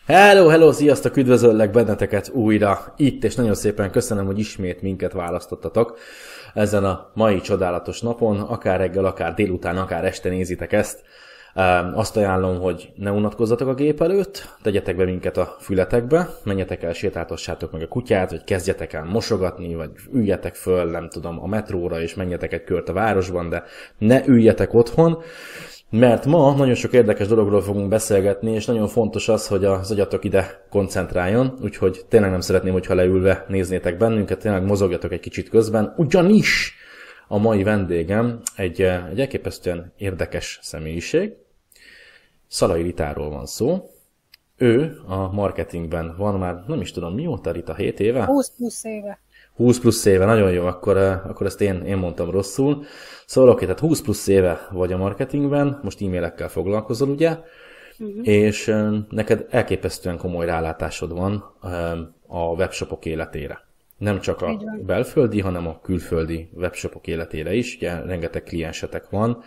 Hello, hello, sziasztok, üdvözöllek benneteket újra itt, és nagyon szépen köszönöm, hogy ismét minket választottatok ezen a mai csodálatos napon, akár reggel, akár délután, akár este nézitek ezt. Azt ajánlom, hogy ne unatkozzatok a gép előtt, tegyetek be minket a fületekbe, menjetek el, sétáltassátok meg a kutyát, vagy kezdjetek el mosogatni, vagy üljetek föl, nem tudom, a metróra, és menjetek egy kört a városban, de ne üljetek otthon. Mert ma nagyon sok érdekes dologról fogunk beszélgetni, és nagyon fontos az, hogy az agyatok ide koncentráljon, úgyhogy tényleg nem szeretném, hogyha leülve néznétek bennünket, tényleg mozogjatok egy kicsit közben, ugyanis a mai vendégem egy elképesztően érdekes személyiség. Szalai Ritáról van szó. Ő a marketingben van már, nem is tudom mióta, Rita, 7 éve? 20 plusz éve. 20 plusz éve, nagyon jó, akkor ezt én mondtam rosszul. Szóval oké, tehát 20 plusz éve vagy a marketingben, most e-mailekkel foglalkozol, ugye? És neked elképesztően komoly rálátásod van a webshopok életére. Nem csak a belföldi, hanem a külföldi webshopok életére is. Ugye rengeteg kliensetek van,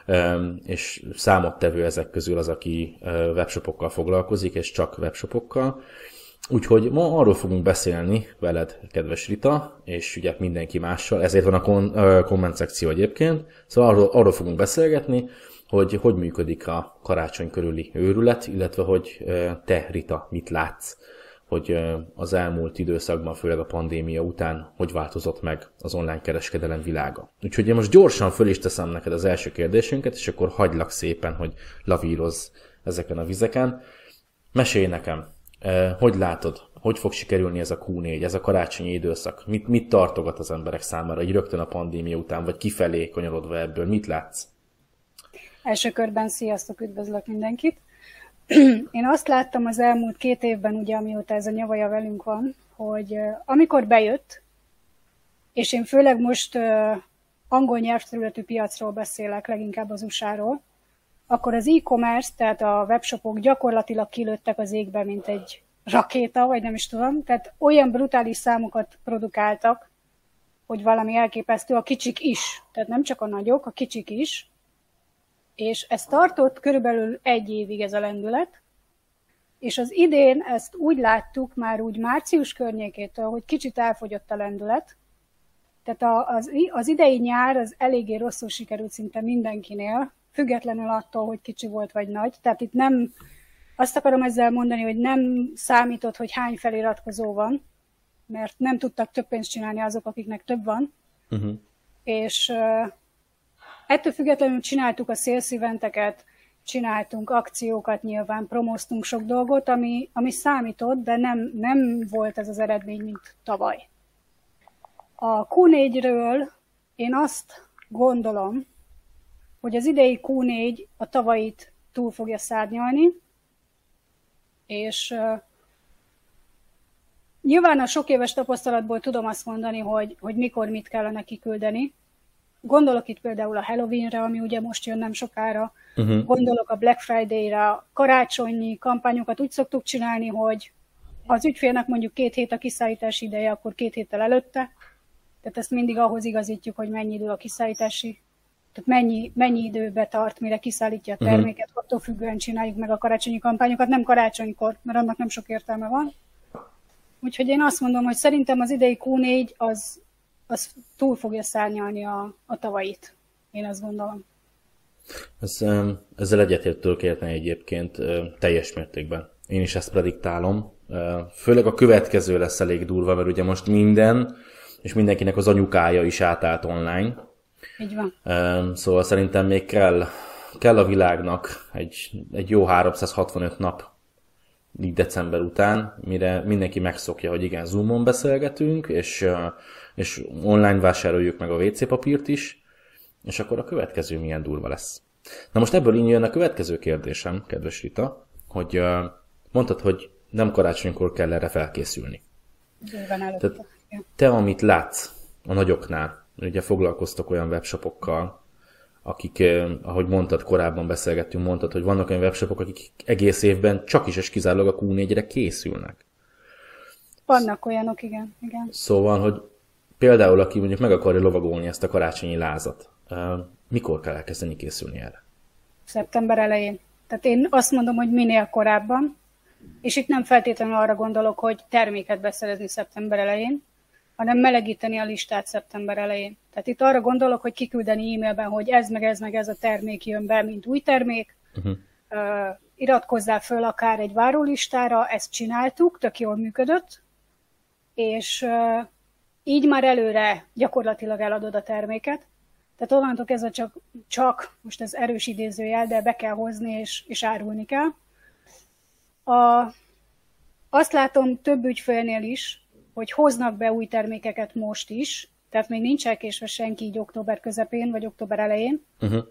és számottevő ezek közül az, aki webshopokkal foglalkozik, és csak webshopokkal. Úgyhogy ma arról fogunk beszélni veled, kedves Rita, és ugye mindenki mással, ezért van a komment szekció egyébként, szóval arról fogunk beszélgetni, hogy működik a karácsony körüli őrület, illetve hogy te, Rita, mit látsz, hogy az elmúlt időszakban, főleg a pandémia után, hogy változott meg az online kereskedelem világa. Úgyhogy én most gyorsan föl is teszem neked az első kérdésünket, és akkor hagylak szépen, hogy lavírozz ezeken a vizeken. Mesélj nekem! Hogy látod, hogy fog sikerülni ez a Q4, ez a karácsonyi időszak? Mit tartogat az emberek számára, így rögtön a pandémia után, vagy kifelé kanyarodva ebből? Mit látsz? Első körben sziasztok, üdvözlök mindenkit. Én azt láttam az elmúlt 2 évben, ugye, amióta ez a nyavaja velünk van, hogy amikor bejött, és én főleg most angol nyelvterületű piacról beszélek, leginkább az USA-ról, akkor az e-commerce, tehát a webshopok gyakorlatilag kilőttek az égbe, mint egy rakéta, vagy nem is tudom. Tehát olyan brutális számokat produkáltak, hogy valami elképesztő, a kicsik is. Tehát nem csak a nagyok, a kicsik is. És ez tartott körülbelül 1 évig ez a lendület. És az idén ezt úgy láttuk, már úgy március környékétől, hogy kicsit elfogyott a lendület. Tehát az idei nyár az eléggé rosszul sikerült szinte mindenkinél, függetlenül attól, hogy kicsi volt vagy nagy. Tehát itt nem, azt akarom ezzel mondani, hogy nem számított, hogy hány feliratkozó van, mert nem tudtak több pénzt csinálni azok, akiknek több van. És ettől függetlenül csináltuk a sales eventeket, csináltunk akciókat nyilván, promóztunk sok dolgot, ami számított, de nem volt ez az eredmény, mint tavaly. A Q4-ről én azt gondolom, hogy az idei Q4 a tavalyit túl fogja szárnyalni, és nyilván a sok éves tapasztalatból tudom azt mondani, hogy mikor mit kellene kiküldeni. Gondolok itt például a Halloweenre, ami ugye most jön nem sokára, gondolok a Black Friday-ra, karácsonyi kampányokat úgy szoktuk csinálni, hogy az ügyfélnek mondjuk 2 hét a kiszállítási ideje, akkor 2 héttel előtte, tehát ezt mindig ahhoz igazítjuk, hogy mennyi idő a kiszállítási, tehát mennyi időbe tart, mire kiszállítja a terméket, attól függően csináljuk meg a karácsonyi kampányokat, nem karácsonykor, mert annak nem sok értelme van. Úgyhogy én azt mondom, hogy szerintem az idei Q4 az túl fogja szárnyalni a tavalyit. Én azt gondolom. Ezzel egyetért tudok érteni egyébként teljes mértékben. Én is ezt prediktálom. Főleg a következő lesz elég durva, mert ugye most minden, és mindenkinek az anyukája is átállt online. Így van. Szóval szerintem még kell a világnak egy jó 365 nap így december után, mire mindenki megszokja, hogy igen, Zoomon beszélgetünk, és online vásároljuk meg a WC papírt is, és akkor a következő milyen durva lesz. Na most ebből így jön a következő kérdésem, kedves Rita, hogy mondtad, hogy nem karácsonykor kell erre felkészülni. Tehát te, amit látsz a nagyoknál, ugye foglalkoztok olyan webshopokkal, akik, ahogy mondtad, korábban beszélgettünk, mondtad, hogy vannak olyan webshopok, akik egész évben csak is és kizárólag a Q4-re készülnek. Vannak olyanok, igen. Szóval, hogy például, aki mondjuk meg akarja lovagolni ezt a karácsonyi lázat, mikor kell elkezdeni készülni erre? Szeptember elején. Tehát én azt mondom, hogy minél korábban, És itt nem feltétlenül arra gondolok, hogy terméket beszerezni szeptember elején, hanem melegíteni a listát szeptember elején. Tehát itt arra gondolok, hogy kiküldeni e-mailben, hogy ez meg ez a termék jön be, mint új termék, iratkozzál föl akár egy várólistára, ezt csináltuk, tök jól működött, és így már előre gyakorlatilag eladod a terméket. Tehát onnantól kezdve csak most ez erős idézőjel, de be kell hozni és árulni kell. Azt látom több ügyfélnél is, hogy hoznak be új termékeket most is, tehát még nincs elkésve senki így október közepén vagy október elején,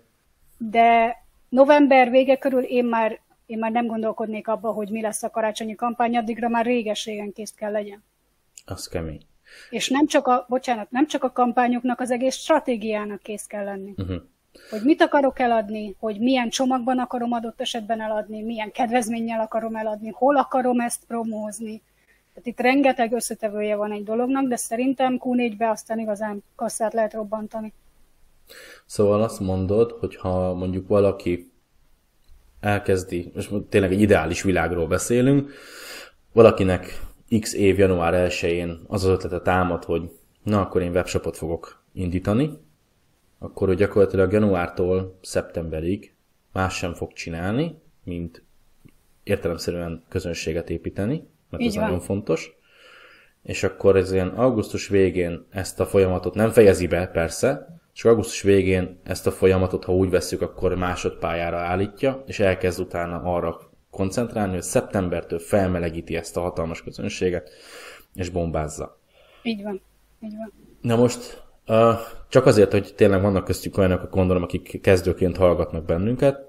de november vége körül én már nem gondolkodnék abba, hogy mi lesz a karácsonyi kampány, addigra már réges-régen kész kell legyen. Az kemény. És nem csak a kampányoknak, az egész stratégiának kész kell lenni. Hogy mit akarok eladni, hogy milyen csomagban akarom adott esetben eladni, milyen kedvezménnyel akarom eladni, hol akarom ezt promózni. Tehát itt rengeteg összetevője van egy dolognak, de szerintem Q4-be aztán igazán kasszát lehet robbantani. Szóval azt mondod, hogy ha mondjuk valaki elkezdi, és tényleg egy ideális világról beszélünk, valakinek X év január 1-én az ötlete támad, hogy na akkor én webshopot fogok indítani, akkor ő gyakorlatilag januártól szeptemberig más sem fog csinálni, mint értelemszerűen közönséget építeni, mert ez nagyon fontos. És akkor ez ilyen augusztus végén ezt a folyamatot nem fejezi be, persze, és augusztus végén ezt a folyamatot, ha úgy vesszük, akkor másodpályára állítja, és elkezd utána arra koncentrálni, hogy szeptembertől felmelegíti ezt a hatalmas közönséget, és bombázza. Így van. Na most, csak azért, hogy tényleg vannak köztük olyanok, gondolom, akik kezdőként hallgatnak bennünket,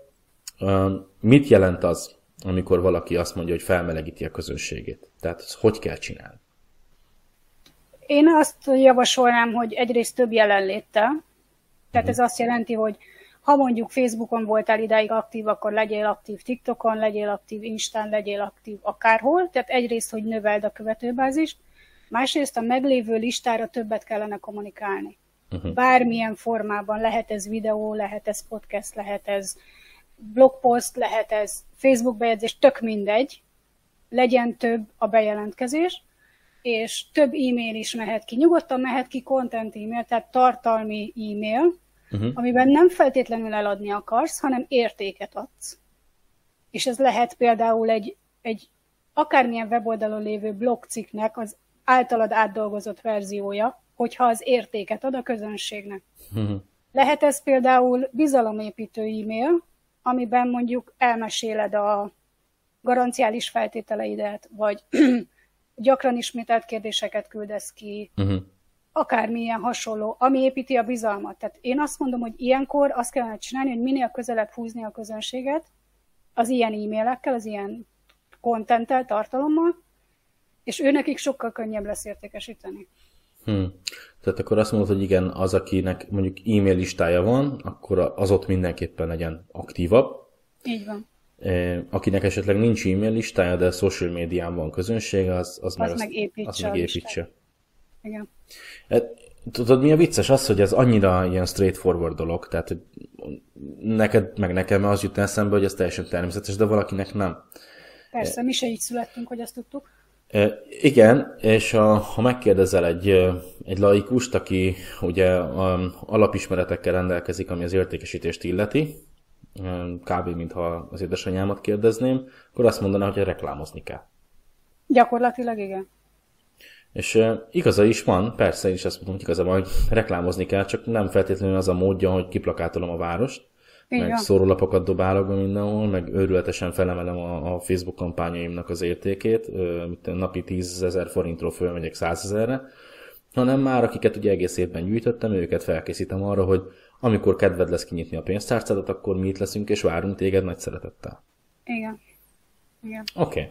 mit jelent az, amikor valaki azt mondja, hogy felmelegíti a közönségét? Tehát ezt hogy kell csinálni? Én azt javasolnám, hogy egyrészt több jelenléttel. Tehát ez azt jelenti, hogy ha mondjuk Facebookon voltál idáig aktív, akkor legyél aktív TikTokon, legyél aktív Instán, legyél aktív akárhol. Tehát egyrészt, hogy növeld a követőbázist, másrészt a meglévő listára többet kellene kommunikálni. Bármilyen formában, lehet ez videó, lehet ez podcast, lehet ez blogpost, lehet ez Facebook bejegyzés, tök mindegy, legyen több a bejelentkezés, és több e-mail is mehet ki. Nyugodtan mehet ki content e-mail, tehát tartalmi e-mail, amiben nem feltétlenül eladni akarsz, hanem értéket adsz. És ez lehet például egy akármilyen weboldalon lévő blogcikknek az általad átdolgozott verziója, hogyha az értéket ad a közönségnek. Lehet ez például bizalomépítő e-mail, amiben mondjuk elmeséled a garanciális feltételeidet, vagy gyakran ismételt kérdéseket küldesz ki, akármilyen hasonló, ami építi a bizalmat. Tehát én azt mondom, hogy ilyenkor azt kellene csinálni, hogy minél közelebb húzni a közönséget az ilyen e-mailekkel, az ilyen contenttel, tartalommal, és őnekik sokkal könnyebb lesz értékesíteni. Tehát akkor azt mondod, hogy igen, az, akinek mondjuk e-mail listája van, akkor az ott mindenképpen legyen aktívabb. Így van. Akinek esetleg nincs e-mail listája, de social médián van közönsége, az meg építse. Igen. Tudod, mi a vicces? Az, hogy ez annyira ilyen straightforward dolog, tehát hogy neked, meg nekem az jut eszembe, hogy ez teljesen természetes, de valakinek nem. Persze, mi se így születtünk, hogy azt tudtuk. Igen, és ha megkérdezel egy laikust, aki ugye alapismeretekkel rendelkezik, ami az értékesítést illeti, kb. Mintha az édesanyámat kérdezném, akkor azt mondaná, hogy reklámozni kell. Gyakorlatilag igen. És igaza is van, persze, én is azt mondom, hogy igaza van, hogy reklámozni kell, csak nem feltétlenül az a módja, hogy kiplakátolom a várost, meg szórólapokat dobálok mindenhol, meg őrületesen felemelem a Facebook kampányaimnak az értékét, napi 10 000 forintról fölmegyek 100 000-re, hanem már akiket ugye egész évben gyűjtöttem, őket felkészítem arra, hogy amikor kedved lesz kinyitni a pénztárcádat, akkor mi itt leszünk, és várunk téged nagy szeretettel. Igen. Oké.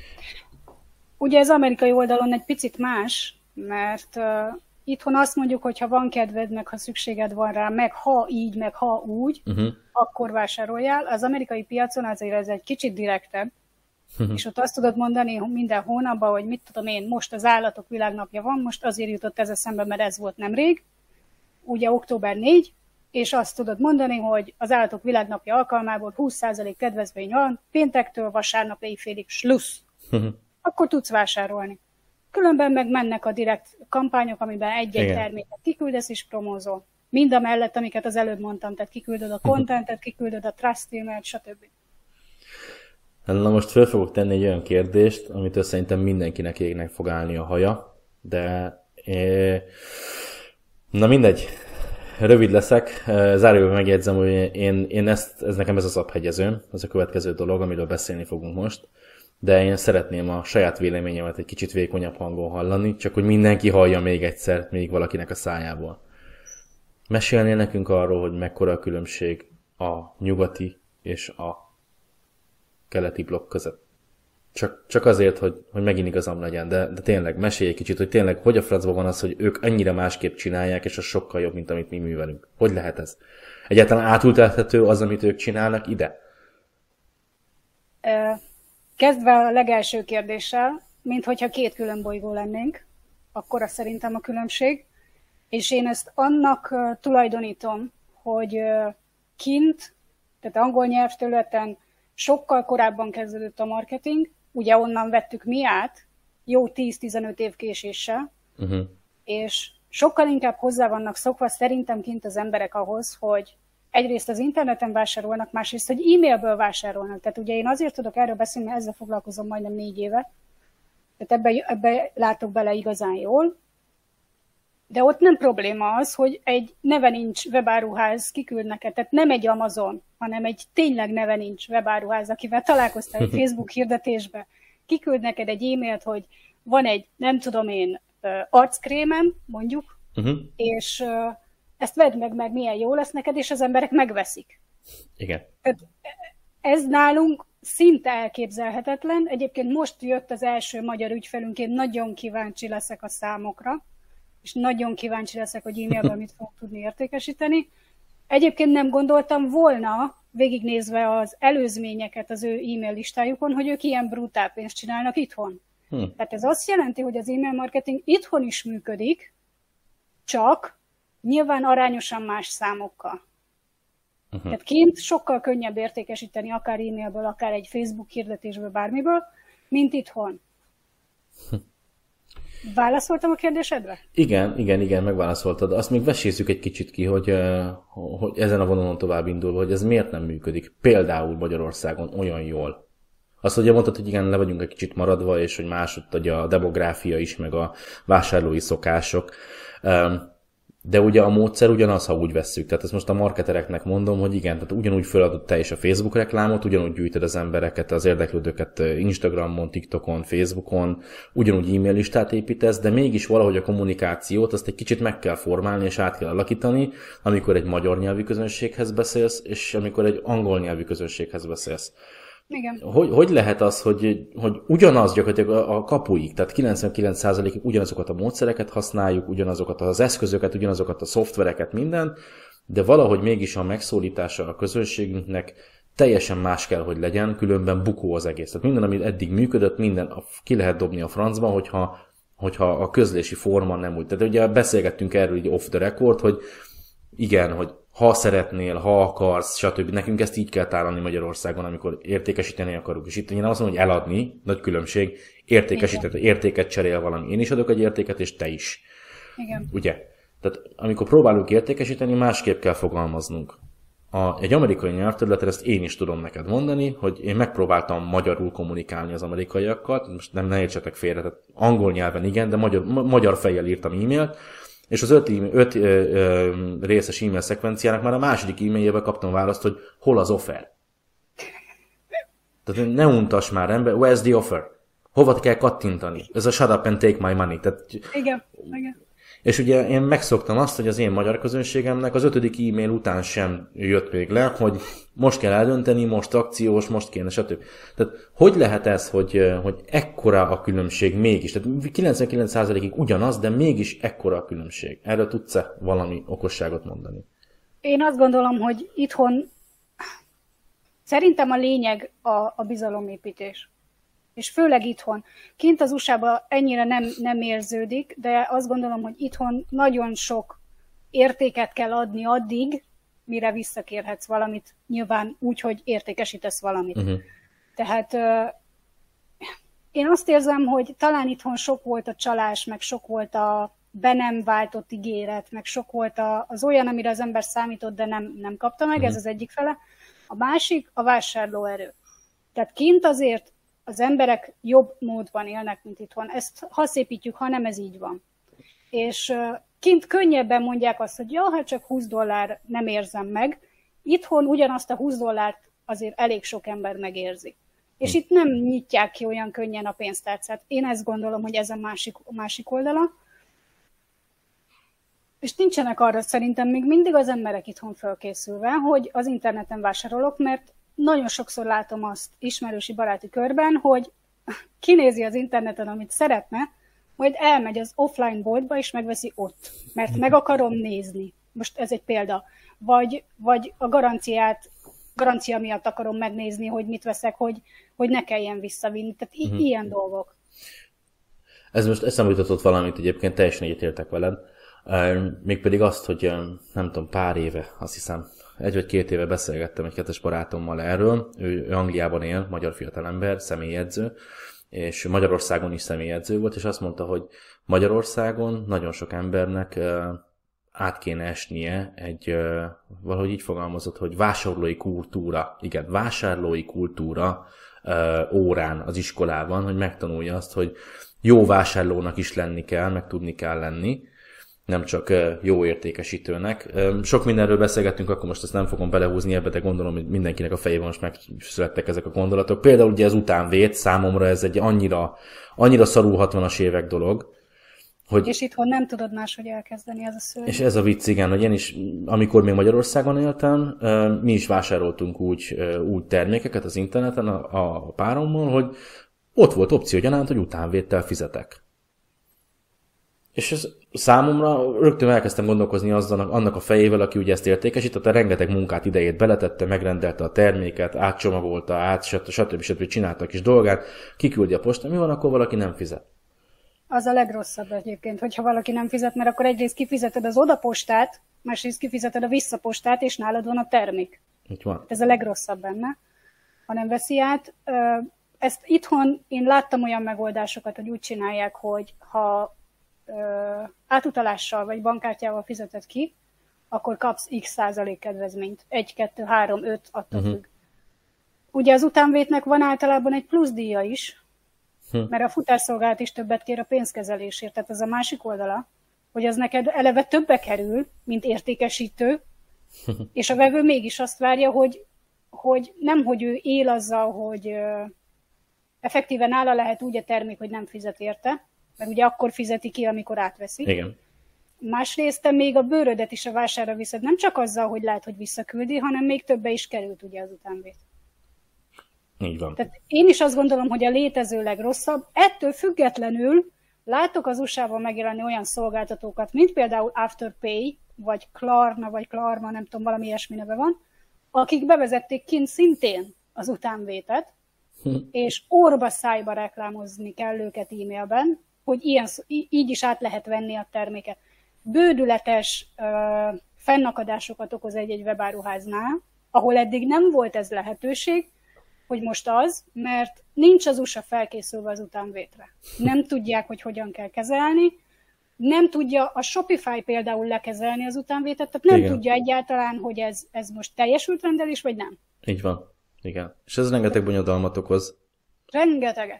Ugye ez amerikai oldalon egy picit más, mert itthon azt mondjuk, hogy ha van kedved, meg ha szükséged van rá, meg ha így, meg ha úgy, akkor vásároljál. Az amerikai piacon azért ez egy kicsit direktebb, és ott azt tudod mondani minden hónapban, hogy mit tudom én, most az állatok világnapja van, most azért jutott ez eszembe, mert ez volt nemrég, ugye október 4, és azt tudod mondani, hogy az Állatok Világnapja alkalmából 20% kedvezmény van, péntektől vasárnap éjfélig slusz. Akkor tudsz vásárolni. Különben meg mennek a direkt kampányok, amiben egy-egy terméket kiküldesz és promózol. Mind a mellett, amiket az előbb mondtam, tehát kiküldöd a contentet, kiküldöd a trust email, stb. Na most föl fogok tenni egy olyan kérdést, amitől szerintem mindenkinek égnek fog állni a haja, de na mindegy, rövid leszek, zárójelben megjegyzem, hogy ez nekem ez az aphegyezőm, az a következő dolog, amiről beszélni fogunk most, de én szeretném a saját véleményemet egy kicsit vékonyabb hangon hallani, csak hogy mindenki hallja még egyszer, még valakinek a szájából. Mesélnél nekünk arról, hogy mekkora a különbség a nyugati és a keleti blokk között? Csak azért, hogy megint igazam legyen, de tényleg mesélj egy kicsit, hogy tényleg hogy a francban van az, hogy ők annyira másképp csinálják, és az sokkal jobb, mint amit mi művelünk. Hogy lehet ez? Egyáltalán átültethető az, amit ők csinálnak ide? Kezdve a legelső kérdéssel, mint hogyha két külön bolygó lennénk, akkor az szerintem a különbség. És én ezt annak tulajdonítom, hogy kint, tehát angol nyelvterületen sokkal korábban kezdődött a marketing, ugye onnan vettük mi át, jó 10-15 év késéssel, és sokkal inkább hozzá vannak szokva szerintem kint az emberek ahhoz, hogy egyrészt az interneten vásárolnak, másrészt, hogy e-mailből vásárolnak. Tehát ugye én azért tudok erről beszélni, mert ezzel foglalkozom majdnem 4 éve, tehát ebbe látok bele igazán jól, de ott nem probléma az, hogy egy neve nincs webáruház kiküld neked, tehát nem egy Amazon, hanem egy tényleg neve nincs webáruház, akivel találkoztál egy Facebook hirdetésbe, kiküld neked egy e-mailt, hogy van egy, nem tudom én, arckrémem, mondjuk, és ezt vedd meg, mert milyen jó lesz neked, és az emberek megveszik. Igen. Tehát ez nálunk szinte elképzelhetetlen. Egyébként most jött az első magyar ügyfelünk, én nagyon kíváncsi leszek a számokra, és nagyon kíváncsi leszek, hogy e-mailben mit fogok tudni értékesíteni. Egyébként nem gondoltam volna, végignézve az előzményeket az ő e-mail listájukon, hogy ők ilyen brutál pénzt csinálnak itthon. Tehát ez azt jelenti, hogy az e-mail marketing itthon is működik, csak nyilván arányosan más számokkal. Tehát kint sokkal könnyebb értékesíteni akár e-mailből, akár egy Facebook hirdetésből, bármiből, mint itthon. Válaszoltam a kérdésedre? Igen, megválaszoltad. Azt még vesézzük egy kicsit ki, hogy ezen a vonalon tovább indulva, hogy ez miért nem működik például Magyarországon olyan jól. Azt ugye mondtad, hogy igen, le vagyunk egy kicsit maradva, és hogy másod a demográfia is, meg a vásárlói szokások. De ugye a módszer ugyanaz, ha úgy vesszük. Tehát ezt most a marketereknek mondom, hogy igen, tehát ugyanúgy feladod te is a Facebook reklámot, ugyanúgy gyűjtöd az embereket, az érdeklődőket Instagramon, TikTokon, Facebookon, ugyanúgy e-mail listát építesz, de mégis valahogy a kommunikációt azt egy kicsit meg kell formálni és át kell alakítani, amikor egy magyar nyelvű közönséghez beszélsz, és amikor egy angol nyelvű közönséghez beszélsz. Igen. Hogy lehet az, hogy ugyanaz gyakorlatilag a kapuig, tehát 99%-ig ugyanazokat a módszereket használjuk, ugyanazokat az eszközöket, ugyanazokat a szoftvereket, minden, de valahogy mégis a megszólítása a közönségünknek teljesen más kell, hogy legyen, különben bukó az egész. Tehát minden, ami eddig működött, minden ki lehet dobni a francba, hogyha a közlési forma nem úgy. Tehát ugye beszélgettünk erről így off the record, hogy igen, hogy ha szeretnél, ha akarsz, stb. Nekünk ezt így kell tálalni Magyarországon, amikor értékesíteni akarunk. És itt én azt mondom, hogy eladni, nagy különbség, értéket cserél valami. Én is adok egy értéket, és te is. Igen. Ugye? Tehát amikor próbálunk értékesíteni, másképp kell fogalmaznunk. Egy amerikai nyelvterületen ezt én is tudom neked mondani, hogy én megpróbáltam magyarul kommunikálni az amerikaiakkal, most ne értsetek félre, tehát angol nyelven igen, de magyar fejjel írtam e-mailt, és az 5 részes e-mail szekvenciának már a második e-mailjében kaptam választ, hogy hol az offer. Tehát ne untass már ember, where's the offer? Hova kell kattintani? Ez a shut up and take my money. Tehát, igen. És ugye én megszoktam azt, hogy az én magyar közönségemnek az 5. e-mail után sem jött még le, hogy most kell eldönteni, most akciós, most kéne, stb. Tehát hogy lehet ez, hogy ekkora a különbség mégis? Tehát 99%-ig ugyanaz, de mégis ekkora a különbség. Erről tudsz-e valami okosságot mondani? Én azt gondolom, hogy itthon szerintem a lényeg a bizalomépítés. És főleg itthon. Kint az USA-ban ennyire nem érződik, de azt gondolom, hogy itthon nagyon sok értéket kell adni addig, mire visszakérhetsz valamit, nyilván úgy, hogy értékesítesz valamit. Tehát én azt érzem, hogy talán itthon sok volt a csalás, meg sok volt a be nem váltott ígéret, meg sok volt az olyan, amire az ember számított, de nem kapta meg, ez az egyik fele. A másik a vásárlóerő. Tehát kint azért az emberek jobb módban élnek, mint itthon. Ezt ha szépítjük, ha nem, ez így van. És kint könnyebben mondják azt, hogy ja, hát csak $20 nem érzem meg. Itthon ugyanazt a $20 azért elég sok ember megérzi. És itt nem nyitják ki olyan könnyen a pénztárcát. Én ezt gondolom, hogy ez a másik oldala. És nincsenek arra szerintem még mindig az emberek itthon fölkészülve, hogy az interneten vásárolok, mert nagyon sokszor látom azt ismerősi baráti körben, hogy kinézi az interneten, amit szeretne, majd elmegy az offline boltba, és megveszi ott, mert meg akarom nézni. Most ez egy példa. Vagy a garancia miatt akarom megnézni, hogy mit veszek, hogy ne kelljen visszavinni. Tehát ilyen dolgok. Ez most eszembe jutott valamit, egyébként teljesen egyetértek veled. Mégpedig azt, hogy nem tudom, pár éve, azt hiszem, 1 vagy 2 éve beszélgettem egy kedves barátommal erről. Ő Angliában él, magyar fiatalember, személyedző, és Magyarországon is személyedző volt, és azt mondta, hogy Magyarországon nagyon sok embernek át kéne esnie egy, valahogy így fogalmazott, hogy vásárlói kultúra órán az iskolában, hogy megtanulja azt, hogy jó vásárlónak is lenni kell, meg tudni kell lenni, nem csak jó értékesítőnek. Sok mindenről beszélgettünk, akkor most ezt nem fogom belehúzni ebbe, de gondolom, hogy mindenkinek a fejében most megszülettek ezek a gondolatok. Például ugye az utánvét, számomra ez egy annyira szarul 60-as évek dolog, hogy... És itthon nem tudod máshogy elkezdeni, ez a szörny. És ez a vicc, igen, hogy én is, amikor még Magyarországon éltem, mi is vásároltunk úgy termékeket az interneten a párommal, hogy ott volt opció gyanánt, hogy utánvéttel fizetek. És ez számomra rögtön elkezdtem gondolkozni annak a fejével, aki ugye ezt értékesítette, rengeteg munkát, idejét beletette, megrendelte a terméket, átcsomagolta, stb. Csinálta a kis dolgát, kiküldi a postán, mi van, akkor valaki nem fizet? Az a legrosszabb egyébként, hogyha valaki nem fizet, mert akkor egyrészt kifizeted az odapostát, másrészt kifizeted a visszapostát, és nálad van a termék. Így van. Ez a legrosszabb benne, ha nem veszi át. Ezt itthon én láttam olyan megoldásokat, hogy úgy csinálják, hogy ha átutalással vagy bankkártyával fizeted ki, akkor kapsz x% kedvezményt. 1, 2, 3, 5, attól függ. Ugye az utánvétnek van általában egy plusz díja is, mert a futárszolgálat is többet kér a pénzkezelésért. Tehát ez a másik oldala, hogy az neked eleve többe kerül, mint értékesítő, és a vevő mégis azt várja, hogy nem, hogy ő él azzal, hogy effektíven nála lehet úgy a termék, hogy nem fizet érte, mert ugye akkor fizeti ki, amikor átveszi. Igen. Másrészt te még a bőrödet is a vásárra viszed, nem csak azzal, hogy lehet, hogy visszaküldi, hanem még többe is került ugye az utánvét. Így van. Tehát én is azt gondolom, hogy a létező legrosszabb. Ettől függetlenül látok az USA-ban megjelenni olyan szolgáltatókat, mint például Afterpay, vagy Klarna, vagy Klarma, nem tudom, valami ilyesmi neve van, akik bevezették kint szintén az utánvétet, és orba szájba reklámozni kell őket e-mailben, hogy így is át lehet venni a terméket. Bődületes fennakadásokat okoz egy webáruháznál, ahol eddig nem volt ez lehetőség, hogy most az, mert nincs az USA felkészülve az utánvétre. Nem tudják, hogy hogyan kell kezelni, nem tudja a Shopify például lekezelni az utánvétet, tehát nem tudja egyáltalán, hogy ez most teljesült rendelés, vagy nem. Így van. Igen. És ez rengeteg bonyodalmat okoz. Rengeteget.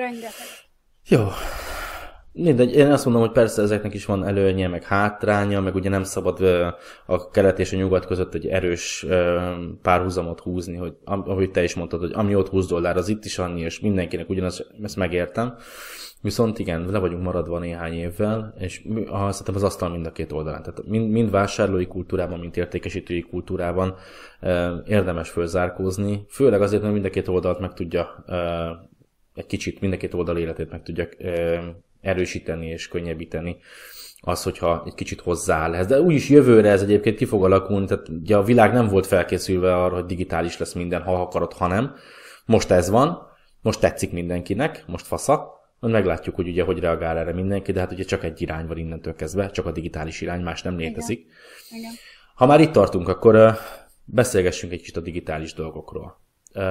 Jó. Mindegy, én azt mondom, hogy persze ezeknek is van előnye, meg hátránya, meg ugye nem szabad a kelet és a nyugat között egy erős párhuzamot húzni, hogy ahogy te is mondtad, hogy ami ott $20, az itt is annyi, és mindenkinek ugyanaz, ezt megértem. Viszont igen, le vagyunk maradva néhány évvel, és szerintem az asztal mind a két oldalán. Tehát mind vásárlói kultúrában, mind értékesítői kultúrában érdemes fölzárkózni, főleg azért, mert mind a két oldalt meg tudja egy kicsit, mind a két oldal életét meg tudja erősíteni és könnyebbíteni az, hogyha egy kicsit hozzááll ehhez. De úgyis jövőre ez egyébként ki fog alakulni, tehát ugye a világ nem volt felkészülve arra, hogy digitális lesz minden, ha akarod, ha nem. Most ez van, most tetszik mindenkinek, most fasza, meglátjuk, hogy ugye hogy reagál erre mindenki, de hát ugye csak egy irány van innentől kezdve, csak a digitális irány, más nem létezik. Igen. Ha már itt tartunk, akkor beszélgessünk egy kicsit a digitális dolgokról.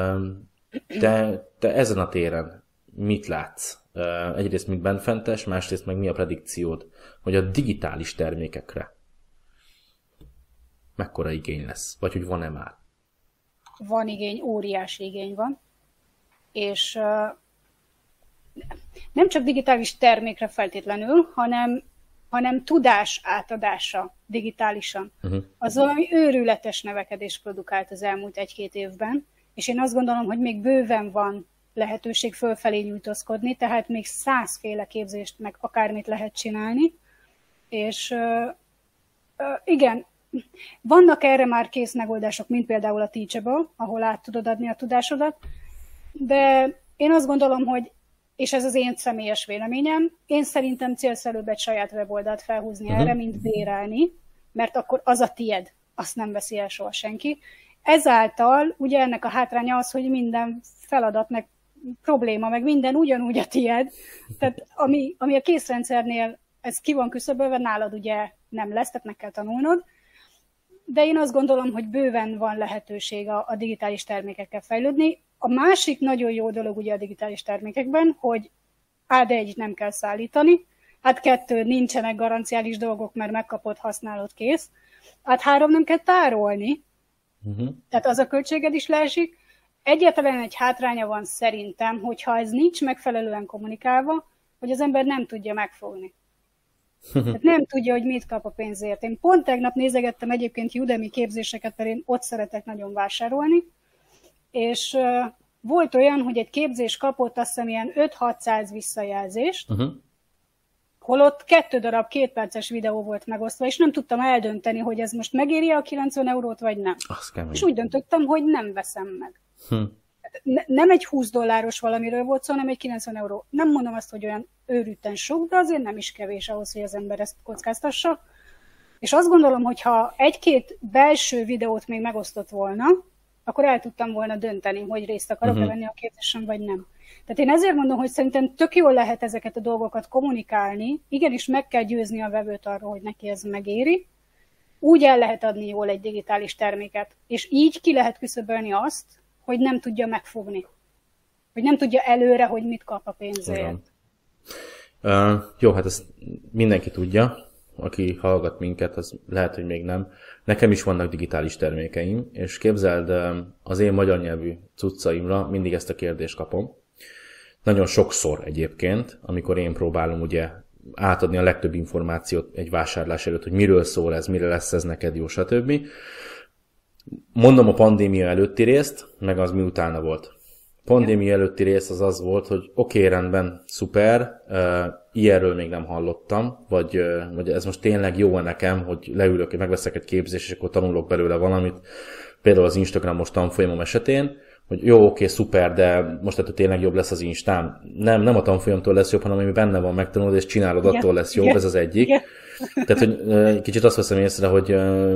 Te ezen a téren mit látsz? Egyrészt mint benfentes, másrészt meg mi a predikciód, hogy a digitális termékekre mekkora igény lesz? Vagy hogy van-e már? Van igény, óriási igény van. És nem csak digitális termékre feltétlenül, hanem tudás átadása digitálisan. Az valami őrületes növekedést produkált az elmúlt 1-2 évben, és én azt gondolom, hogy még bőven van lehetőség fölfelé nyújtózkodni, tehát még 100 féle képzést, meg akármit lehet csinálni. És igen, vannak erre már kész megoldások, mint például a Teachable, ahol át tudod adni a tudásodat, de én azt gondolom, hogy, és ez az én személyes véleményem, én szerintem célszerűbb egy saját weboldalt felhúzni erre, mint bérelni, mert akkor az a tied, azt nem veszi el soha senki. Ezáltal ugye ennek a hátránya az, hogy minden feladat, meg probléma, meg minden ugyanúgy a tied. Tehát ami a készrendszernél ez ki van küszöbölve, nálad ugye nem lesz, tehát meg kell tanulnod. De én azt gondolom, hogy bőven van lehetőség a digitális termékekkel fejlődni. A másik nagyon jó dolog ugye a digitális termékekben, hogy AD1 nem kell szállítani, AD2 nincsenek garanciális dolgok, mert megkapod, használod, kész. AD3 nem kell tárolni, tehát az a költséged is leesik. Egyáltalán egy hátránya van szerintem, hogyha ez nincs megfelelően kommunikálva, hogy az ember nem tudja megfogni. Tehát nem tudja, hogy mit kap a pénzért. Én pont tegnap nézegettem egyébként Udemy képzéseket, mert én ott szeretek nagyon vásárolni, és volt olyan, hogy egy képzés kapott azt hiszem ilyen 5-600 visszajelzést, holott 2 darab 2 perces videó volt megosztva, és nem tudtam eldönteni, hogy ez most megéri a 90 eurót, vagy nem. És úgy döntöttem, hogy nem veszem meg. Nem egy $20 valamiről volt szó, hanem egy 90 euró. Nem mondom azt, hogy olyan őrülten sok, de azért nem is kevés ahhoz, hogy az ember ezt kockáztassa. És azt gondolom, hogy ha 1-2 belső videót még megosztott volna, akkor el tudtam volna dönteni, hogy részt akarok-e venni a képzésen, vagy nem. Tehát én ezért mondom, hogy szerintem tök jól lehet ezeket a dolgokat kommunikálni, igenis meg kell győzni a vevőt arról, hogy neki ez megéri, úgy el lehet adni jól egy digitális terméket, és így ki lehet küszöbölni azt, hogy nem tudja megfogni. Hogy nem tudja előre, hogy mit kap a pénzért. Jó, hát ezt mindenki tudja, aki hallgat minket, az lehet, hogy még nem. Nekem is vannak digitális termékeim, és képzeld, az én magyar nyelvű cuccaimra mindig ezt a kérdést kapom. Nagyon sokszor egyébként, amikor én próbálom ugye átadni a legtöbb információt egy vásárlás előtt, hogy miről szól ez, mire lesz ez neked jó, stb. Mondom a pandémia előtti részt, meg az mi utána volt. Pandémia előtti rész az volt, hogy oké, rendben, szuper, ilyenről még nem hallottam, vagy ez most tényleg jó nekem, hogy leülök, megveszek egy képzést, és akkor tanulok belőle valamit, például az Instagramos tanfolyamom esetén, hogy jó, oké, szuper, de most ettől tényleg jobb lesz az Instám. Nem a tanfolyamtól lesz jobb, hanem ami benne van, megtanulod, és csinálod, attól lesz jobb, ez az egyik. Tehát, hogy kicsit azt veszem észre, hogy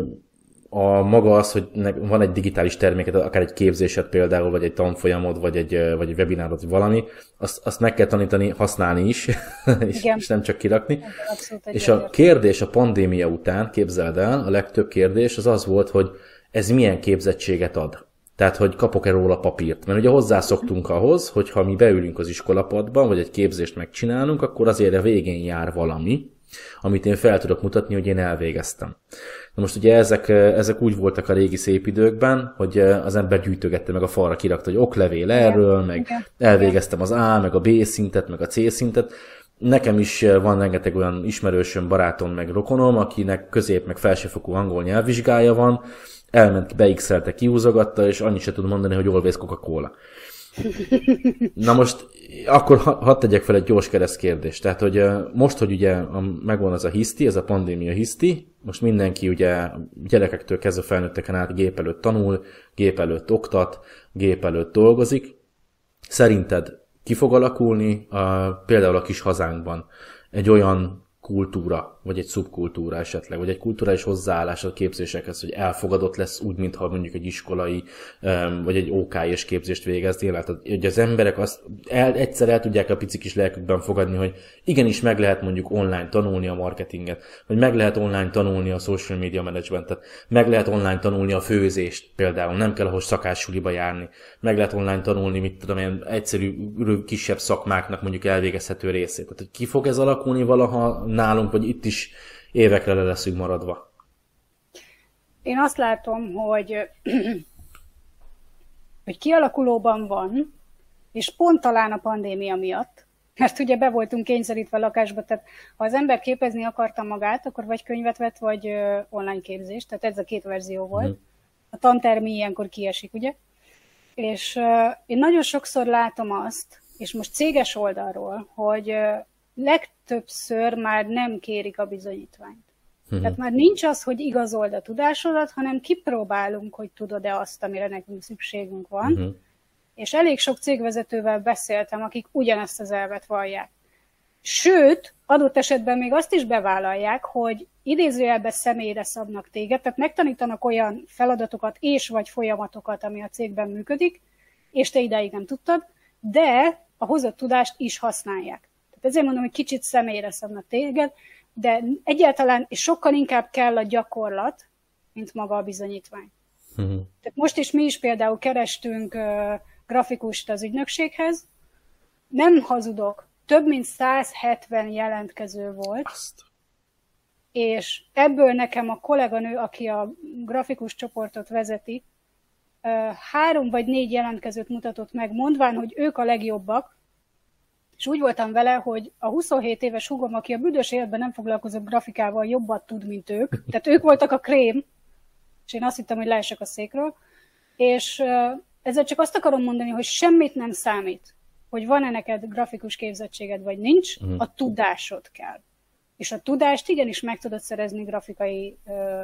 a maga az, hogy van egy digitális terméket, akár egy képzésed például, vagy egy tanfolyamod, vagy egy webinárod, vagy valami, azt meg kell tanítani, használni is, és nem csak kirakni. És a kérdés a pandémia után, képzeld el, a legtöbb kérdés az volt, hogy ez milyen képzettséget ad. Tehát, hogy kapok-e róla papírt. Mert ugye hozzászoktunk ahhoz, hogy ha mi beülünk az iskolapadba, vagy egy képzést megcsinálunk, akkor azért a végén jár valami, amit én fel tudok mutatni, hogy én elvégeztem. Na most ugye ezek úgy voltak a régi szép időkben, hogy az ember gyűjtögette, meg a falra kirakta, hogy oklevél erről, meg elvégeztem az A, meg a B szintet, meg a C szintet. Nekem is van rengeteg olyan ismerősöm, barátom, meg rokonom, akinek közép, meg felsőfokú angol nyelvvizsgája van, elment, beixelte, kihúzogatta, és annyit se tud mondani, hogy always Coca-Cola. Na most, akkor hadd tegyek fel egy gyors keresztkérdést. Tehát, hogy most, hogy ugye megvan az a hiszti, ez a pandémia hiszti, most mindenki ugye gyerekektől kezdve felnőtteken át gép előtt tanul, gép előtt oktat, gép előtt dolgozik. Szerinted ki fog alakulni például a kis hazánkban egy olyan kultúra, vagy egy szubkultúra esetleg, vagy egy kulturális hozzáállás a képzésekhez, hogy elfogadott lesz úgy, mintha mondjuk egy iskolai, vagy egy OK-s képzést végeznél, tehát hogy az emberek azt egyszer el tudják a pici kis lelkükben fogadni, hogy igenis meg lehet mondjuk online tanulni a marketinget, vagy meg lehet online tanulni a social media managementet, meg lehet online tanulni a főzést például, nem kell ahhoz szakássuliba járni, meg lehet online tanulni, mit tudom, ilyen egyszerű, kisebb szakmáknak mondjuk elvégezhető részét. Tehát, hogy ki fog ez alakulni valaha nálunk, vagy itt is évekre le leszünk maradva? Én azt látom, hogy kialakulóban van, és pont talán a pandémia miatt, mert ugye be voltunk kényszerítve a lakásba, tehát ha az ember képezni akarta magát, akkor vagy könyvet vett, vagy online képzést, tehát ez a két verzió volt. A tantermi ilyenkor kiesik, ugye? És én nagyon sokszor látom azt, és most céges oldalról, hogy legtöbbször már nem kérik a bizonyítványt. Tehát már nincs az, hogy igazold a tudásodat, hanem kipróbálunk, hogy tudod-e azt, amire nekünk szükségünk van. És elég sok cégvezetővel beszéltem, akik ugyanezt az elvet vallják. Sőt, adott esetben még azt is bevállalják, hogy idézőjelben személyre szabnak téged, tehát megtanítanak olyan feladatokat és vagy folyamatokat, ami a cégben működik, és te ideig nem tudtad, de a hozott tudást is használják. Tehát ezért mondom, hogy kicsit személyre szabnak téged, de egyáltalán és sokkal inkább kell a gyakorlat, mint maga a bizonyítvány. Tehát most is mi is például kerestünk grafikust az ügynökséghez, nem hazudok, több mint 170 jelentkező volt, és ebből nekem a kolléganő, aki a grafikus csoportot vezeti, 3 vagy 4 jelentkezőt mutatott meg, mondván, hogy ők a legjobbak, és úgy voltam vele, hogy a 27 éves húgom, aki a büdös életben nem foglalkozott grafikával, jobbat tud, mint ők, tehát ők voltak a krém, és én azt hittem, hogy leesek a székről, és ezzel csak azt akarom mondani, hogy semmit nem számít, hogy van-e neked grafikus képzettséged, vagy nincs, a tudásod kell. És a tudást igenis meg tudod szerezni grafikai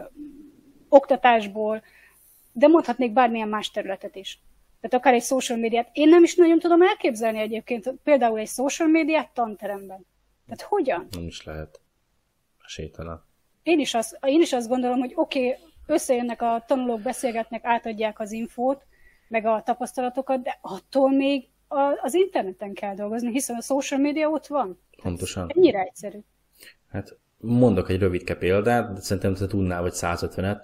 oktatásból, de mondhatnék bármilyen más területet is. Tehát akár egy social médiát. Én nem is nagyon tudom elképzelni egyébként például egy social médiát tanteremben. Tehát hogyan? Nem is lehet. Esélytelen. Én is azt gondolom, hogy oké, összejönnek a tanulók, beszélgetnek, átadják az infót, meg a tapasztalatokat, de attól még az interneten kell dolgozni, hiszen a social media ott van. Pontosan. Ennyire egyszerű. Hát mondok egy rövidke példát, de szerintem te tudnál, vagy 150-et.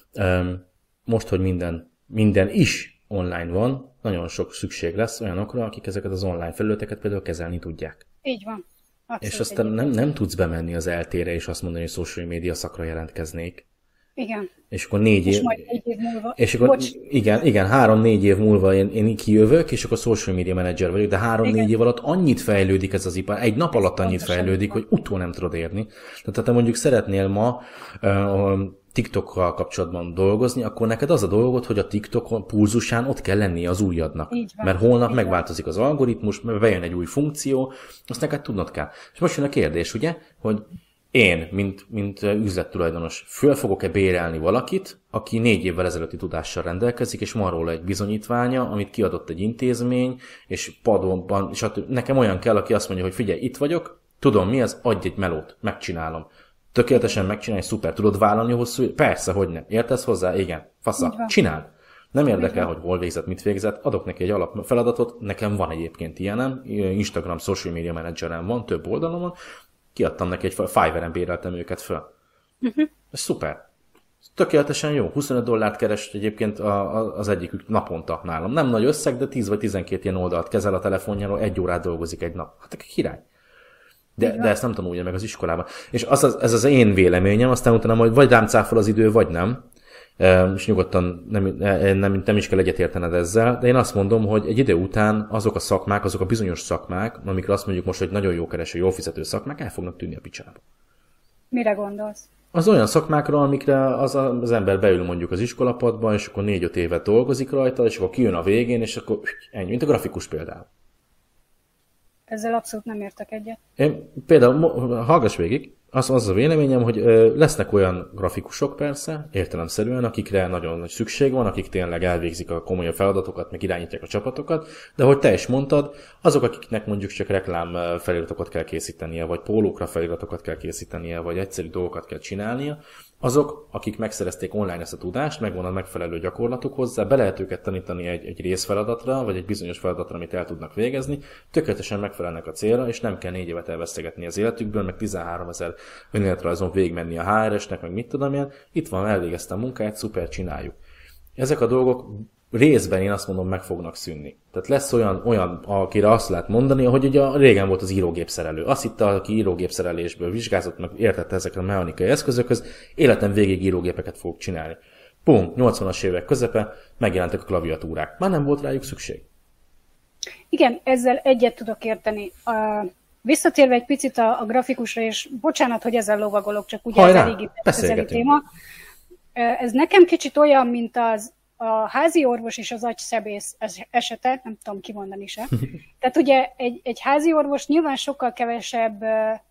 Most, hogy minden is online van, nagyon sok szükség lesz olyanokra, akik ezeket az online felületeket például kezelni tudják. Így van. Abszolút. És aztán nem tudsz bemenni az eltére és azt mondani, hogy social media szakra jelentkeznék. Igen. És akkor 4 év... És majd 4 év múlva. És akkor, igen, 3-4 év múlva én kijövök, és akkor social media manager vagyok, de 3-4 év alatt annyit fejlődik ez az ipar, egy nap alatt annyit fejlődik, hogy utól nem tudod érni. Tehát ha te mondjuk szeretnél ma TikTokkal kapcsolatban dolgozni, akkor neked az a dolgod, hogy a TikTok pulzusán ott kell lennie az újadnak. Mert holnap megváltozik az algoritmus, bejön egy új funkció, azt neked tudnod kell. És most jön a kérdés, ugye, hogy én, mint üzlettulajdonos, föl fogok-e bérelni valakit, aki 4 évvel ezelőtti tudással rendelkezik, és van róla egy bizonyítványa, amit kiadott egy intézmény, és padonban, és nekem olyan kell, aki azt mondja, hogy figyelj, itt vagyok, tudom mi ez, adj egy melót, megcsinálom. Tökéletesen megcsinálni, szuper, tudod vállalni hosszú? Persze, hogy nem. Értesz hozzá? Igen. Fasza. Csináld. Nem érdekel, hogy hol végzett, mit végzett, adok neki egy alapfeladatot, nekem van egyébként ilyenem, Instagram social media managerem van, több oldalon, kiadtam neki egy Fiverr-en béreltem őket föl. Ez szuper. Tökéletesen jó. $25 keres egyébként az egyikük naponta nálam. Nem nagy összeg, de 10 vagy 12 ilyen oldalt kezel a telefonjáról, 1 órát dolgozik egy nap. Hát király. De ezt nem tanulja meg az iskolában. És ez az én véleményem, aztán utána majd vagy rám cáfol az idő, vagy nem. És nyugodtan nem is kell egyetértened ezzel, de én azt mondom, hogy egy idő után azok a bizonyos szakmák, amikre azt mondjuk most, hogy nagyon jó kereső, jó fizető szakmák, el fognak tűnni a picsába. Mire gondolsz? Az olyan szakmákra, amikre az ember beül mondjuk az iskolapadba, és akkor 4-5 évet dolgozik rajta, és akkor kijön a végén, és akkor ennyi, mint a grafikus például. Ezzel abszolút nem értek egyet. Én például, hallgass végig, az a véleményem, hogy lesznek olyan grafikusok persze, értelemszerűen, akikre nagyon nagy szükség van, akik tényleg elvégzik a komolyabb feladatokat, meg irányítják a csapatokat, de ahogy te is mondtad, azok, akiknek mondjuk csak reklám feliratokat kell készítenie, vagy pólókra feliratokat kell készítenie, vagy egyszerű dolgokat kell csinálnia, azok, akik megszerezték online ezt a tudást, megvan a megfelelő gyakorlatuk hozzá, be lehet őket tanítani egy részfeladatra, vagy egy bizonyos feladatra, amit el tudnak végezni, tökéletesen megfelelnek a célra, és nem kell 4 évet elvesztegetni az életükből, meg 13 000 önéletrajzon végigmenni a HR-esnek, meg mit tudom én. Itt van, elvégeztem a munkáját, szuper, csináljuk. Ezek a dolgok részben én azt mondom, meg fognak szűnni. Tehát lesz olyan, akire azt lehet mondani, hogy ugye régen volt az írógépszerelő. Azt hitte, aki írógépszerelésből vizsgázott, meg értette ezekre a mechanikai eszközökhöz, életem végig írógépeket fogok csinálni. Pum, 80-as évek közepe, megjelentek a klaviatúrák. Már nem volt rájuk szükség. Igen, ezzel egyet tudok érteni. Visszatérve egy picit a grafikusra, és bocsánat, hogy ezzel lovagolok, csak ugye ez eléggé közeli téma. Ez nekem kicsit olyan, mint a házi orvos és az agyszebész esete, nem tudom kimondani se. Tehát ugye egy házi orvos nyilván sokkal kevesebb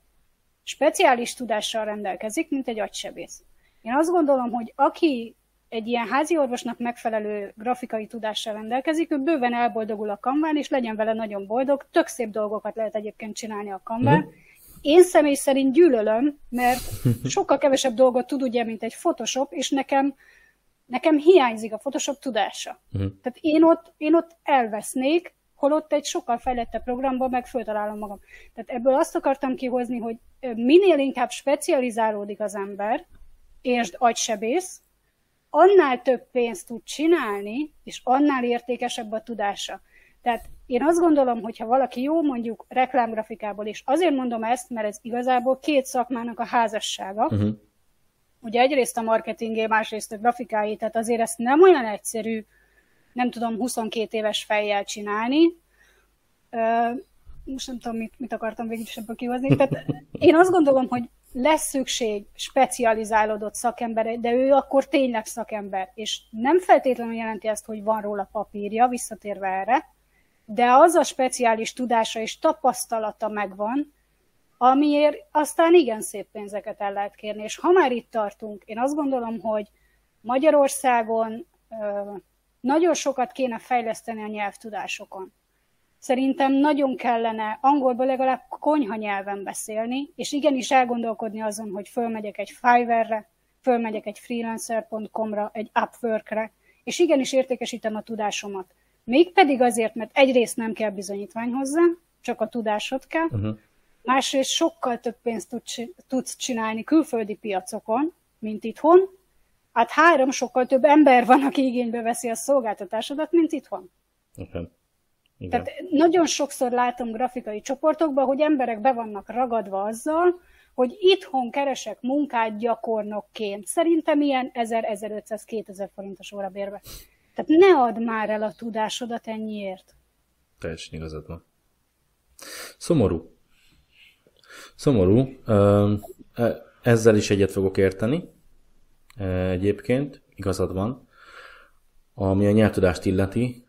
speciális tudással rendelkezik, mint egy agysebész. Én azt gondolom, hogy aki egy ilyen házi orvosnak megfelelő grafikai tudással rendelkezik, ő bőven elboldogul a Canván, és legyen vele nagyon boldog. Tök szép dolgokat lehet egyébként csinálni a Canván. Én személy szerint gyűlölöm, mert sokkal kevesebb dolgot tud ugye, mint egy Photoshop, és nekem hiányzik a Photoshop tudása. Tehát én ott elvesznék, holott egy sokkal fejlettebb programban meg föltalálom magam. Tehát ebből azt akartam kihozni, hogy minél inkább specializálódik az ember, és agysebész, annál több pénzt tud csinálni, és annál értékesebb a tudása. Tehát én azt gondolom, hogy ha valaki jó mondjuk reklámgrafikából, és azért mondom ezt, mert ez igazából 2 szakmának a házassága, ugye egyrészt a marketingé, másrészt a grafikái, tehát azért ezt nem olyan egyszerű, nem tudom, 22 éves fejjel csinálni. Most nem tudom, mit akartam végül is ebből kihozni. Tehát én azt gondolom, hogy lesz szükség specializálódott szakemberre, de ő akkor tényleg szakember, és nem feltétlenül jelenti ezt, hogy van róla papírja, visszatérve erre, de az a speciális tudása és tapasztalata megvan, amiért aztán igen szép pénzeket el lehet kérni. És ha már itt tartunk, én azt gondolom, hogy Magyarországon nagyon sokat kéne fejleszteni a nyelvtudásokon. Szerintem nagyon kellene angolból legalább konyha nyelven beszélni, és igenis elgondolkodni azon, hogy fölmegyek egy Fiverr-re, fölmegyek egy freelancer.com-ra, egy Upwork-re, és igenis értékesítem a tudásomat. Mégpedig azért, mert egyrészt nem kell bizonyítvány hozzá, csak a tudásod kell, másrészt sokkal több pénzt tudsz csinálni külföldi piacokon, mint itthon. Hát 3, sokkal több ember van, aki igénybe veszi a szolgáltatásodat, mint itthon. Igen. Tehát nagyon sokszor látom grafikai csoportokban, hogy emberek be vannak ragadva azzal, hogy itthon keresek munkát gyakornokként. Szerintem ilyen 1000-1500-2000 forintos órabérbe. Tehát ne add már el a tudásodat ennyiért. Teljesen igazad van. Szomorú. Ezzel is egyet fogok érteni. Egyébként igazad van. Ami a nyelvtudást illeti,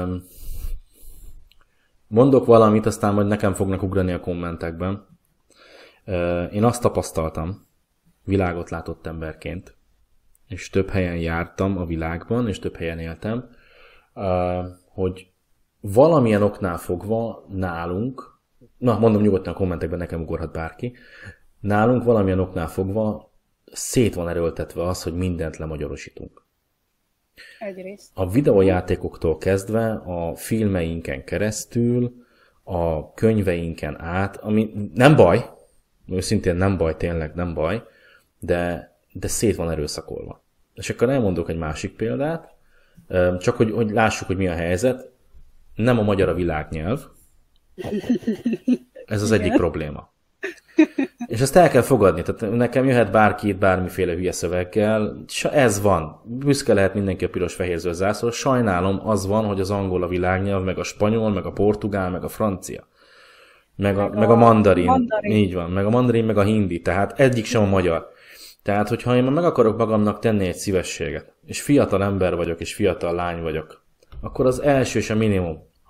mondok valamit, aztán majd nekem fognak ugrani a kommentekben. Én azt tapasztaltam, világot látott emberként, és több helyen jártam a világban, és több helyen éltem, hogy valamilyen oknál fogva nálunk, mondom nyugodtan a kommentekben, nekem ugorhat bárki, nálunk valamilyen oknál fogva szét van erőltetve az, hogy mindent lemagyarosítunk. Egyrészt. A videójátékoktól kezdve, a filmeinken keresztül, a könyveinken át, ami nem baj, őszintén nem baj, tényleg nem baj, de szét van erőszakolva. És akkor elmondok egy másik példát, csak hogy lássuk, hogy mi a helyzet. Nem a magyar a világnyelv. Ez az egyik probléma. És ezt el kell fogadni, tehát nekem jöhet bárki itt bármiféle hülye szöveggel, ez van. Büszke lehet mindenki a piros-fehér-zöld zászlóra. Sajnálom, az van, hogy az angol a világnyelv, meg a spanyol, meg a portugál, meg a francia. Meg a mandarin. Így van, meg a mandarin, meg a hindi, tehát egyik sem a magyar. Tehát, hogyha én meg akarok magamnak tenni egy szívességet, és fiatal ember vagyok, és fiatal lány vagyok, akkor az első és a minimum,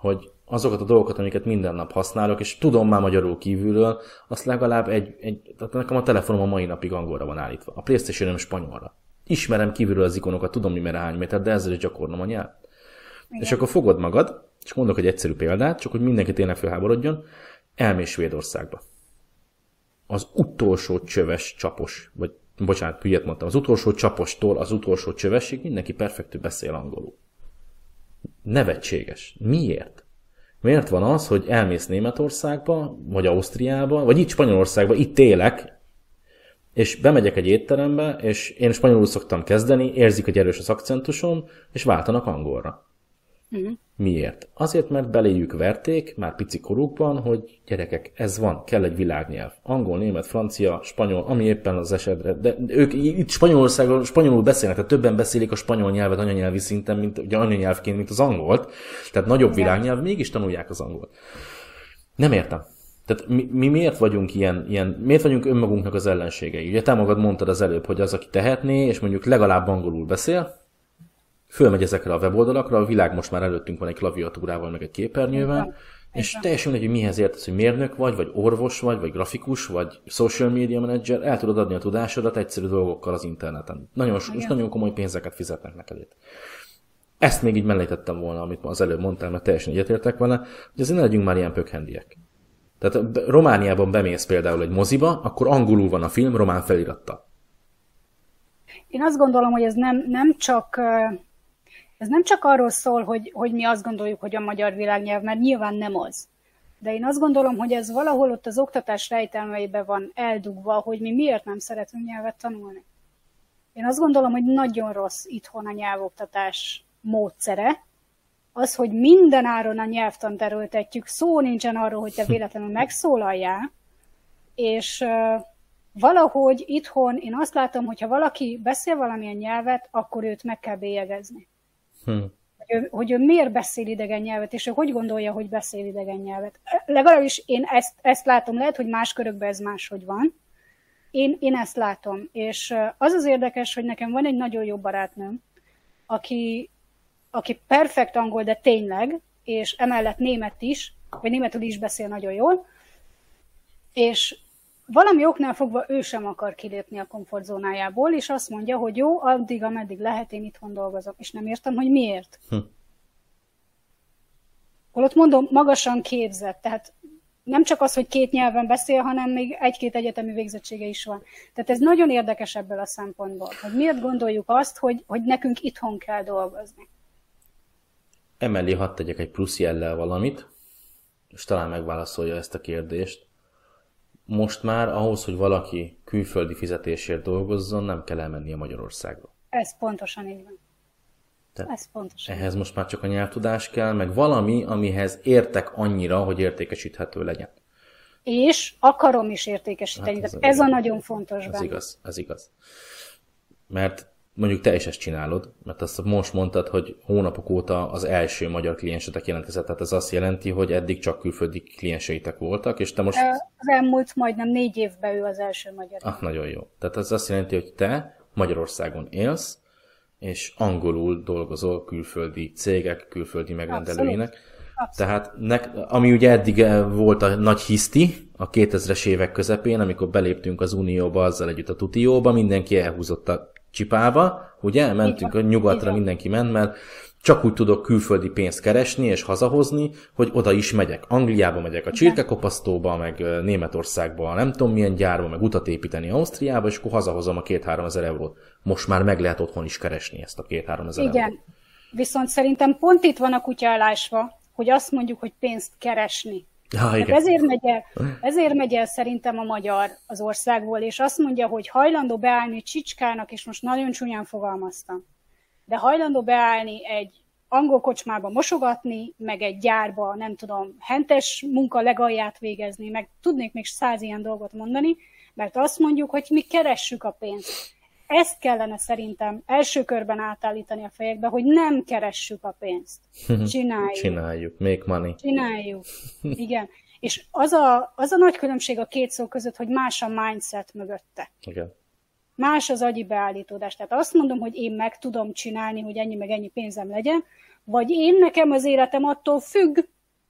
hogy azokat a dolgokat, amiket minden nap használok, és tudom már magyarul kívülről, azt legalább tehát nekem a telefonom a mai napig angolra van állítva. A PlayStation-öm spanyolra. Ismerem kívülről az ikonokat, tudom mi merre hány méter, de ezzel is gyakorlom a nyelv. És akkor fogod magad, és mondok egy egyszerű példát, csak hogy mindenki tényleg felháborodjon, elmész Svédországba. Az utolsó csöves csapos, vagy bocsánat, hülyet mondtam, az utolsó csapostól az utolsó csövesig mindenki perfektül beszél angolul. Nevetséges. Miért? Miért van az, hogy elmész Németországba, vagy Ausztriába, vagy itt Spanyolországba, itt élek, és bemegyek egy étterembe, és én spanyolul szoktam kezdeni, érzik, hogy erős az akcentusom, és váltanak angolra. Miért? Azért, mert beléjük verték, már pici korukban, hogy gyerekek, ez van, kell egy világnyelv. Angol, német, francia, spanyol, ami éppen az esetre. De ők itt Spanyolországon spanyolul beszélnek, tehát többen beszélik a spanyol nyelvet anyanyelvi szinten, mint ugye anyanyelvként, mint az angolt. Tehát nagyobb világnyelv, mégis tanulják az angolt. Nem értem. Tehát mi miért vagyunk miért vagyunk önmagunknak az ellenségei? Ugye te magad mondtad az előbb, hogy az, aki tehetné, és mondjuk legalább angolul beszél, fölmegy ezekre a weboldalakra, a világ most már előttünk van egy klaviatúrával, meg egy képernyővel, és teljesen mindegy, hogy mihez értesz, hogy mérnök vagy orvos vagy grafikus, vagy social media manager, el tudod adni a tudásodat egyszerű dolgokkal az interneten. Nagyon komoly pénzeket fizetnek neked itt. Ezt még így mellé tettem volna, amit az előbb mondtál, mert teljesen egyetértek vele, hogy azért ne legyünk már ilyen pökhendiek. Tehát Romániában bemész például egy moziba, akkor angolul van a film román felirattal. Én azt gondolom, hogy ez nem csak arról szól, hogy mi azt gondoljuk, hogy a magyar világnyelv, mert nyilván nem az. De én azt gondolom, hogy ez valahol ott az oktatás rejtelmeiben van eldugva, hogy mi miért nem szeretünk nyelvet tanulni. Én azt gondolom, hogy nagyon rossz itthon a nyelvoktatás módszere, az, hogy minden áron a nyelvtant erőltetjük, szó nincsen arról, hogy te véletlenül megszólaljál, és valahogy itthon én azt látom, hogy ha valaki beszél valamilyen nyelvet, akkor őt meg kell bélyegezni. Hogy ő miért beszél idegen nyelvet, és ő hogy gondolja, hogy beszél idegen nyelvet. Legalábbis én ezt látom, lehet, hogy más körökben ez máshogy van. Én ezt látom. És az érdekes, hogy nekem van egy nagyon jó barátnőm, aki perfekt angol, de tényleg, és emellett német is, vagy németül is beszél nagyon jól, és valami oknál fogva ő sem akar kilépni a komfortzónájából, és azt mondja, hogy jó, addig, ameddig lehet, én itthon dolgozom. És nem értem, hogy miért. Holott mondom, magasan képzett. Tehát nem csak az, hogy 2 nyelven beszél, hanem még 1-2 egyetemi végzettsége is van. Tehát ez nagyon érdekes ebből a szempontból, hogy miért gondoljuk azt, hogy nekünk itthon kell dolgozni. Emellé hadd tegyek egy plusz jellel valamit, és talán megválaszolja ezt a kérdést. Most már ahhoz, hogy valaki külföldi fizetésért dolgozzon, nem kell elmenni a Magyarországra. Ez pontosan így van. Ez pontosan. Ehhez most már csak a nyelvtudás kell, meg valami, amihez értek annyira, hogy értékesíthető legyen. És akarom is értékesíteni. Hát ez a nagyon fontos benne. Ez igaz. Mert mondjuk te is ezt csinálod, mert azt most mondtad, hogy hónapok óta az első magyar kliensetek jelentkezett, tehát ez azt jelenti, hogy eddig csak külföldi klienseitek voltak, és te most... Az elmúlt majdnem 4 évben ő az első magyar. Nagyon jó. Tehát ez azt jelenti, hogy te Magyarországon élsz, és angolul dolgozol külföldi cégek, külföldi megrendelőinek. Abszolút. Tehát ami ugye eddig volt a nagy hiszti a 2000-es évek közepén, amikor beléptünk az Unióba, azzal együtt a Tutióba, mindenki elhúzott a csipába, ugye? Mentünk a nyugatra, mindenki ment, mert csak úgy tudok külföldi pénzt keresni és hazahozni, hogy oda is megyek. Angliába megyek a csirkekopasztóba, meg Németországba, nem tudom milyen gyárba, meg utat építeni Ausztriába, és akkor hazahozom a 2-3 ezer eurót. Most már meg lehet otthon is keresni ezt a 2-3 ezer eurót. Igen, viszont szerintem pont itt van a kutya elásva, hogy azt mondjuk, hogy pénzt keresni. Ezért megy el szerintem a magyar az országból, és azt mondja, hogy hajlandó beállni csicskának, és most nagyon csúnyán fogalmaztam, de hajlandó beállni egy angol kocsmába mosogatni, meg egy gyárba, nem tudom, hentes munka legalját végezni, meg tudnék még 100 ilyen dolgot mondani, mert azt mondjuk, hogy mi keressük a pénzt. Ezt kellene szerintem első körben átállítani a fejekbe, hogy nem keressük a pénzt. Csináljuk. Make money. Csináljuk. Igen. És az a nagy különbség a 2 szó között, hogy más a mindset mögötte. Igen. Más az agyi beállítódás. Tehát azt mondom, hogy én meg tudom csinálni, hogy ennyi meg ennyi pénzem legyen, vagy nekem az életem attól függ,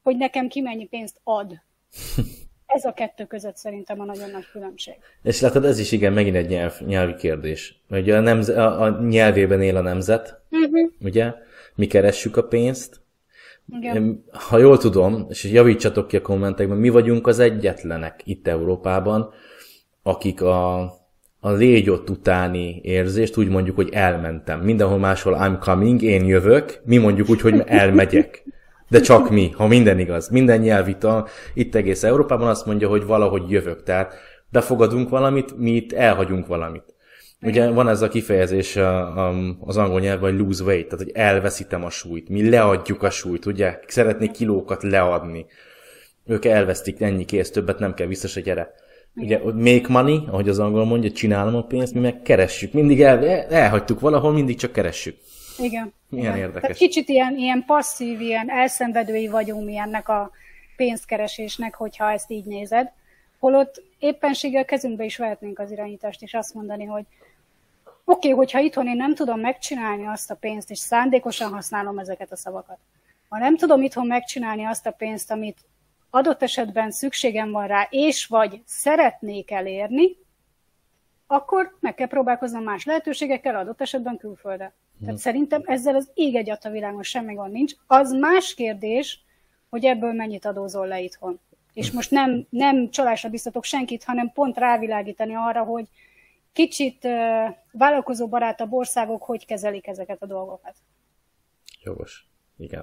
hogy nekem ki mennyi pénzt ad. Ez a kettő között szerintem a nagyon nagy különbség. És látod, ez is igen, megint egy nyelvi kérdés. Ugye a nyelvében él a nemzet, ugye? Mi keressük a pénzt. Igen. Ha jól tudom, és javítsatok ki a kommentekben, mi vagyunk az egyetlenek itt Európában, akik a légy-ott utáni érzést úgy mondjuk, hogy elmentem. Mindenhol máshol I'm coming, én jövök, mi mondjuk úgy, hogy elmegyek. De csak mi, ha minden igaz. Minden nyelvvita itt egész Európában azt mondja, hogy valahogy jövök. Tehát befogadunk valamit, mi itt elhagyunk valamit. Ugye van ez a kifejezés az angol nyelvben, hogy lose weight, tehát hogy elveszítem a súlyt. Mi leadjuk a súlyt, ugye? Szeretnék kilókat leadni. Ők elvesztik, ennyi kész, többet nem kell, vissza se gyere. Ugye, make money, ahogy az angol mondja, csinálom a pénzt, mi meg keressük. Mindig elhagytuk valahol, mindig csak keressük. Igen. Milyen érdekes. Tehát kicsit ilyen passzív, ilyen elszenvedői vagyunk mi ennek a pénzkeresésnek, hogyha ezt így nézed. Holott éppenséggel kezünkbe is vehetnénk az irányítást, és azt mondani, hogy oké, hogyha itthon én nem tudom megcsinálni azt a pénzt, és szándékosan használom ezeket a szavakat. Ha nem tudom itthon megcsinálni azt a pénzt, amit adott esetben szükségem van rá, és vagy szeretnék elérni, akkor meg kell próbálkoznom más lehetőségekkel, adott esetben külföldre. Tehát szerintem ezzel az ég egyat a világon semmi gond nincs. Az más kérdés, hogy ebből mennyit adózol le itthon. És most nem csalásra biztatok senkit, hanem pont rávilágítani arra, hogy kicsit vállalkozóbarátabb országok hogy kezelik ezeket a dolgokat. Jogos. Igen.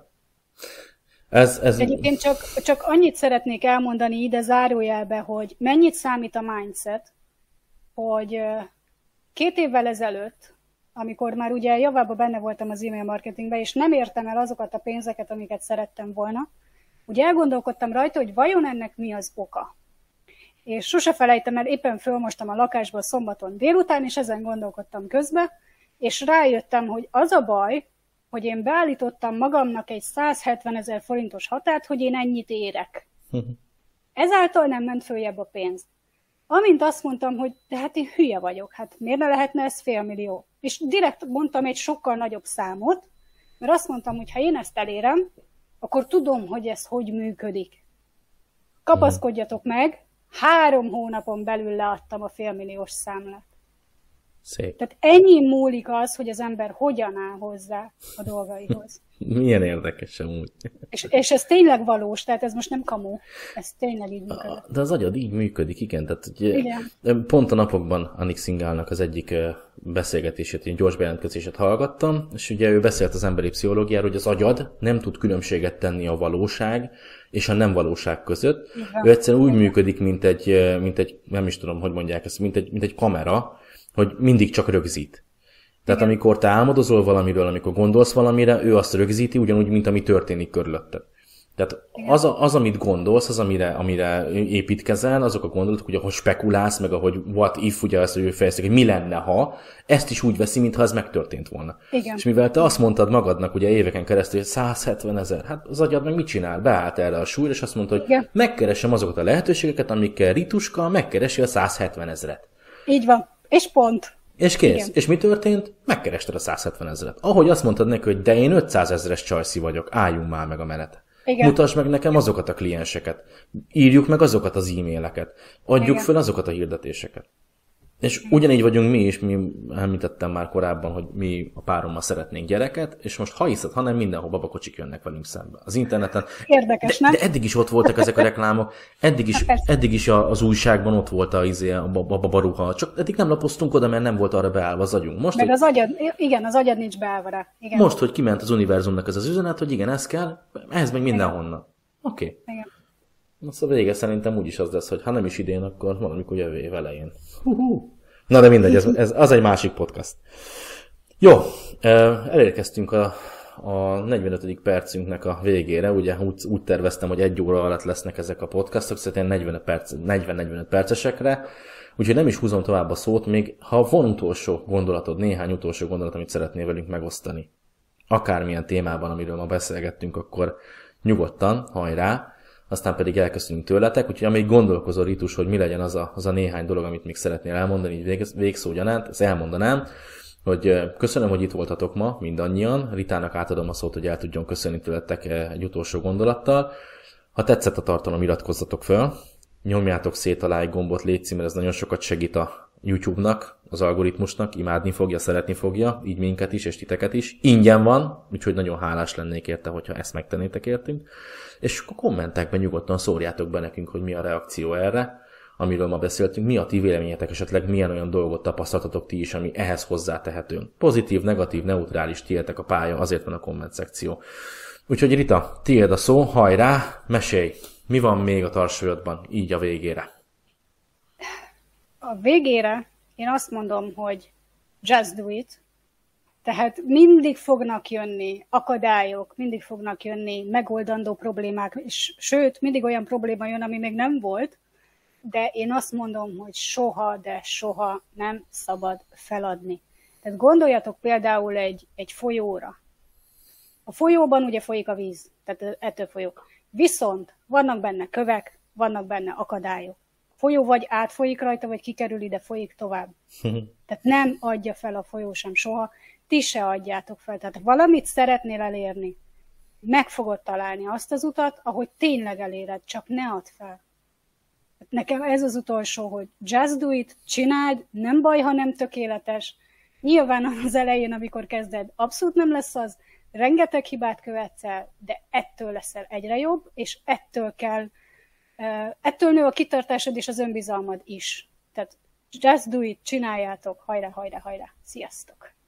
Egyébként csak annyit szeretnék elmondani ide zárójelbe, hogy mennyit számít a mindset, hogy 2 évvel ezelőtt, amikor már ugye javában benne voltam az e-mail marketingben, és nem értem el azokat a pénzeket, amiket szerettem volna, ugye elgondolkodtam rajta, hogy vajon ennek mi az oka. És sose felejtem el, éppen fölmostam a lakásból szombaton délután, és ezen gondolkodtam közben, és rájöttem, hogy az a baj, hogy én beállítottam magamnak egy 170 000 forintos határt, hogy én ennyit érek. Ezáltal nem ment följebb a pénz. Amint azt mondtam, hogy de hát én hülye vagyok, hát miért ne lehetne ez 500 000? És direkt mondtam egy sokkal nagyobb számot, mert azt mondtam, hogy ha én ezt elérem, akkor tudom, hogy ez hogy működik. Kapaszkodjatok meg, 3 hónapon belül leadtam a 500 000-os számlát. Szép. Tehát ennyi múlik az, hogy az ember hogyan áll hozzá a dolgaihoz. Milyen érdekes amúgy. És ez tényleg valós, tehát ez most nem kamu, ez tényleg így működik. De az agyad így működik, igen. Tehát, igen. Pont a napokban Anik Szingálnak az egyik beszélgetését, én gyors bejelentkezését hallgattam, és ugye ő beszélt az emberi pszichológiáról, hogy az agyad nem tud különbséget tenni a valóság és a nem valóság között. Igen. Ő egyszerűen úgy működik, mint egy, nem is tudom, hogy mondják ezt, mint egy kamera, hogy mindig csak rögzít. Tehát igen. Amikor te álmodozol valamiről, amikor gondolsz valamire, ő azt rögzíti, ugyanúgy, mint ami történik körülötted. Tehát az, amit gondolsz, az, amire építkezel, azok a gondolatok, ugye, ahogy spekulálsz, meg ahogy what if, ugye azt, hogy ő fejezték, hogy mi lenne, ha, ezt is úgy veszi, mintha ez megtörtént volna. Igen. És mivel te azt mondtad magadnak, ugye éveken keresztül, hogy 170 000, hát az agyad meg mit csinál? Beállt erre a súlyra, és azt mondta, hogy igen. Megkeresem azokat a lehetőségeket, amikkel Rituska megkeresi a 170 000-et. Így van. És pont. És kész. Igen. És mi történt? Megkerested a 170 000-et. Ahogy azt mondtad neki, hogy de én 500 000-es csajszi vagyok, álljunk már meg a menet. Igen. Mutasd meg nekem azokat a klienseket. Írjuk meg azokat az e-maileket. Adjuk föl azokat a hirdetéseket. És ugyanígy vagyunk mi is, mi említettem már korábban, hogy mi a párommal szeretnénk gyereket, és most ha hiszed, hanem mindenhol babakocsik jönnek velünk szembe. Az interneten. Érdekes, de eddig is ott voltak ezek a reklámok, eddig is az újságban ott volt a babaruha, csak eddig nem lapoztunk oda, mert nem volt arra beállva az agyunk. Most, meg az agyad nincs beállva rá. Igen. Most, hogy kiment az univerzumnak ez az üzenet, hogy igen, ez kell, ehhez meg mindenhonnan. Oké. Igen. Azt a vége szerintem úgyis az lesz, hogy ha nem is idén, akkor valamikor jövő év elején. Na de mindegy, ez az egy másik podcast. Jó, elérkeztünk a 45. percünknek a végére, ugye úgy terveztem, hogy 1 óra alatt lesznek ezek a podcastok, szerintem 40-45 percesekre, úgyhogy nem is húzom tovább a szót, még ha van utolsó gondolatod, néhány utolsó gondolat, amit szeretnél velünk megosztani, akármilyen témában, amiről ma beszélgettünk, akkor nyugodtan, hajrá! Aztán pedig elköszönünk tőletek, úgyhogy amíg gondolkozol, Ritus, hogy mi legyen az a néhány dolog, amit még szeretnél elmondani, így végszó gyanánt, ezt elmondanám, hogy köszönöm, hogy itt voltatok ma mindannyian, Ritának átadom a szót, hogy el tudjon köszönni tőletek egy utolsó gondolattal. Ha tetszett a tartalom, iratkozzatok fel, nyomjátok szét a like gombot, létszik, mert ez nagyon sokat segít a YouTube-nak, az algoritmusnak, imádni fogja, szeretni fogja, így minket is, és titeket is. Ingyen van, úgyhogy nagyon hálás lennék érte, hogyha ezt megtennétek értünk. És a kommentekben nyugodtan szórjátok be nekünk, hogy mi a reakció erre, amiről ma beszéltünk, mi a ti véleményetek, esetleg milyen olyan dolgot tapasztaltatok ti is, ami ehhez hozzátehető. Pozitív, negatív, neutrális, tiétek a pálya, azért van a komment szekció. Úgyhogy Rita, tiéd a szó, hajrá, mesélj! Mi van még a tarsolyodban, így a végére? A végére én azt mondom, hogy just do it. Tehát mindig fognak jönni akadályok, mindig fognak jönni megoldandó problémák, és sőt, mindig olyan probléma jön, ami még nem volt, de én azt mondom, hogy soha, de soha nem szabad feladni. Tehát gondoljatok például egy folyóra. A folyóban ugye folyik a víz, tehát ettől folyó. Viszont vannak benne kövek, vannak benne akadályok. A folyó vagy átfolyik rajta, vagy kikerül ide, folyik tovább. Tehát nem adja fel a folyó sem soha, ti se adjátok fel. Tehát valamit szeretnél elérni, meg fogod találni azt az utat, ahogy tényleg eléred, csak ne add fel. Nekem ez az utolsó, hogy just do it, csináld, nem baj, ha nem tökéletes. Nyilván az elején, amikor kezded, abszolút nem lesz az, rengeteg hibát követsz el, de ettől leszel egyre jobb, és ettől nő a kitartásod és az önbizalmad is. Tehát just do it, csináljátok, hajrá, hajrá, hajrá. Sziasztok!